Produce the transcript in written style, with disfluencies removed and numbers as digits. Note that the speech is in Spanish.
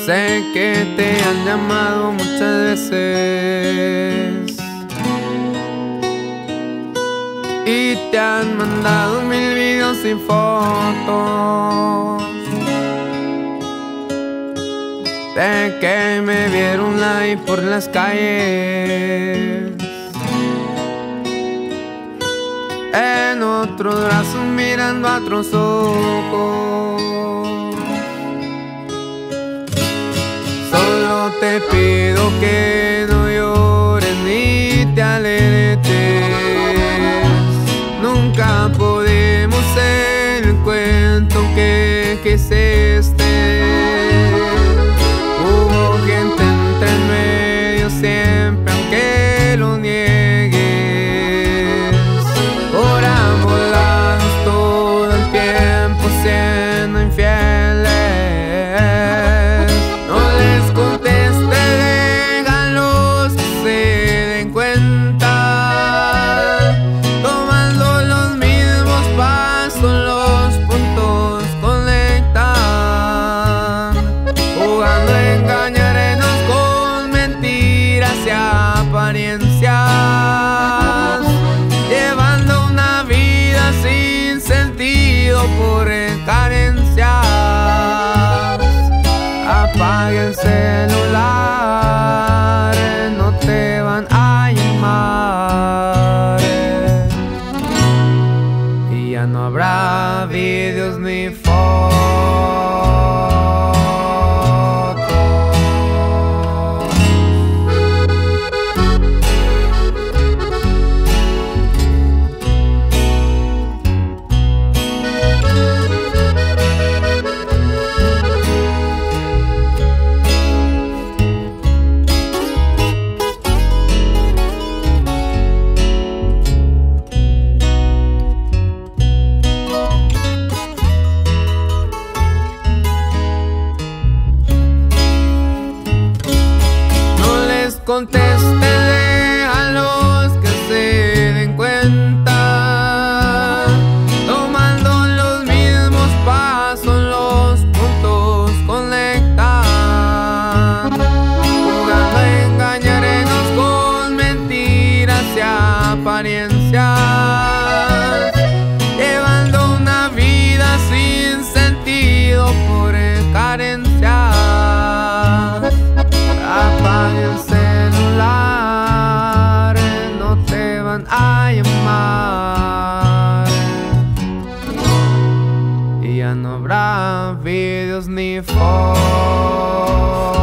Sé que te han llamado muchas veces y te han mandado 1000 videos y fotos de que me vieron live por las calles, en otros brazos mirando a otros ojos. Solo te pido que no llores ni te alegres. Nunca podemos ser el cuento que es este. Hubo gente entre medio siempre, aunque lo niegues. Por ambos lados todo el tiempo siendo infieles. No les conteste, déjalos que se den cuenta. Tomando los mismos pasos, los puntos conectan. Jugando a engañarnos con mentiras y apariencias. Llevando una vida sin sentido por carencias. Apaga el celular, no te van a llamar. Y ya no habrá videos ni fotos. Conteste, déjalos que se den cuenta. Tomando los mismos pasos, los puntos conectan. Jugando a engañarnos con mentiras y apariencias. Llevando una vida sin sentido por carencias. Apáguense, no te van a llamar. Y ya no habrá videos ni fotos.